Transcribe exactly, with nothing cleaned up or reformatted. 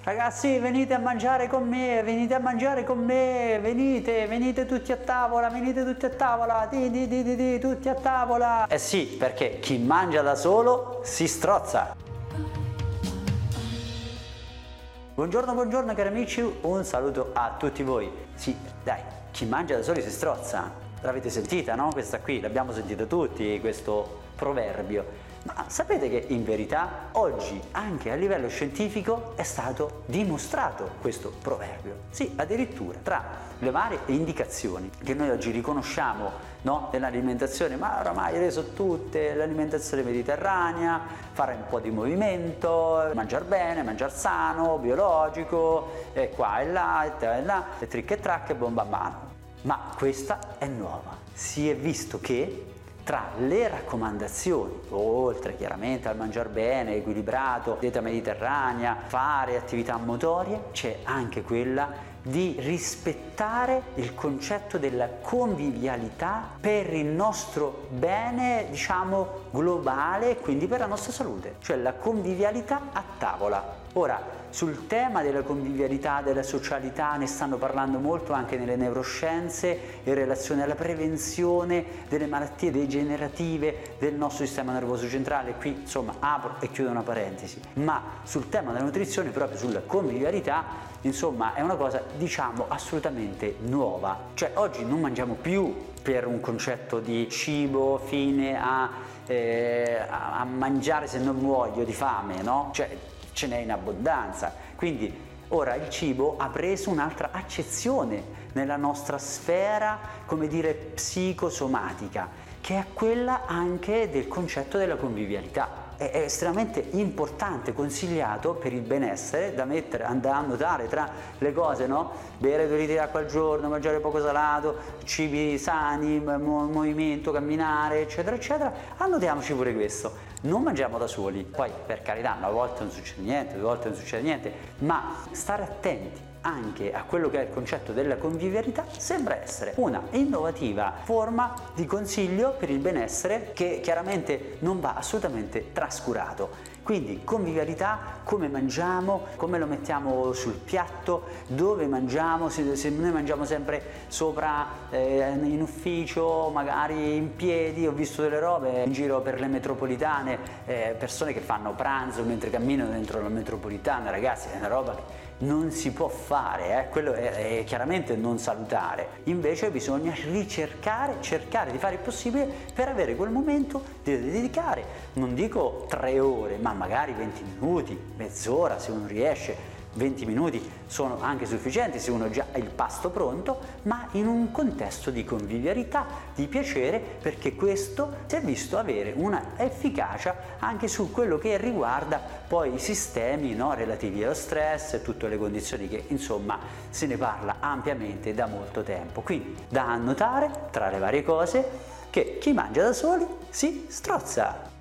Ragazzi, venite a mangiare con me, venite a mangiare con me, venite, venite tutti a tavola, venite tutti a tavola, di di di di di, tutti a tavola. Eh sì, perché chi mangia da solo si strozza. Buongiorno, buongiorno cari amici, un saluto a tutti voi. Sì, dai, chi mangia da soli si strozza. L'avete sentita, no? Questa qui, l'abbiamo sentito tutti, questo proverbio. Ma sapete che in verità oggi anche a livello scientifico è stato dimostrato questo proverbio? Sì, addirittura tra le varie indicazioni che noi oggi riconosciamo, no, nell'alimentazione, ma oramai le so tutte, l'alimentazione mediterranea, fare un po' di movimento, mangiare bene, mangiare sano, biologico, e qua e là, e là e là, e tric e trac e bomba a mano. Ma questa è nuova. Si è visto che tra le raccomandazioni, oltre chiaramente al mangiare bene, equilibrato, dieta mediterranea, fare attività motorie, c'è anche quella di rispettare il concetto della convivialità per il nostro bene, diciamo, globale, quindi per la nostra salute, cioè la convivialità a tavola. Ora, sul tema della convivialità, della socialità, ne stanno parlando molto anche nelle neuroscienze in relazione alla prevenzione delle malattie degenerative del nostro sistema nervoso centrale. Qui, insomma, apro e chiudo una parentesi. Ma sul tema della nutrizione, proprio sulla convivialità, insomma, è una cosa, diciamo, assolutamente nuova. Cioè, oggi non mangiamo più per un concetto di cibo fine a, eh, a mangiare se non muoio di fame, no? Cioè, ce n'è in abbondanza, quindi ora il cibo ha preso un'altra accezione nella nostra sfera, come dire, psicosomatica, che è quella anche del concetto della convivialità. È estremamente importante, consigliato per il benessere, da mettere, da annotare tra le cose, no? Bere due litri di acqua al giorno, mangiare poco salato, cibi sani, movimento, camminare, eccetera, eccetera. Annotiamoci pure questo. Non mangiamo da soli, poi per carità, una volta non succede niente, due volte non succede niente, ma stare attenti anche a quello che è il concetto della convivialità sembra essere una innovativa forma di consiglio per il benessere che chiaramente non va assolutamente trascurato. Quindi convivialità, come mangiamo, come lo mettiamo sul piatto, dove mangiamo, se, se noi mangiamo sempre sopra eh, in ufficio, magari in piedi. Ho visto delle robe in giro per le metropolitane, eh, persone che fanno pranzo mentre camminano dentro la metropolitana. Ragazzi, è una roba che non si può fare, eh? Quello è, è chiaramente non salutare. Invece bisogna ricercare, cercare di fare il possibile per avere quel momento di dedicare, non dico tre ore, ma magari venti minuti, mezz'ora se uno riesce. venti minuti sono anche sufficienti se uno ha già il pasto pronto, ma in un contesto di convivialità, di piacere, perché questo si è visto avere una efficacia anche su quello che riguarda poi i sistemi, no, relativi allo stress e tutte le condizioni che insomma se ne parla ampiamente da molto tempo. Quindi da annotare tra le varie cose che chi mangia da soli si strozza.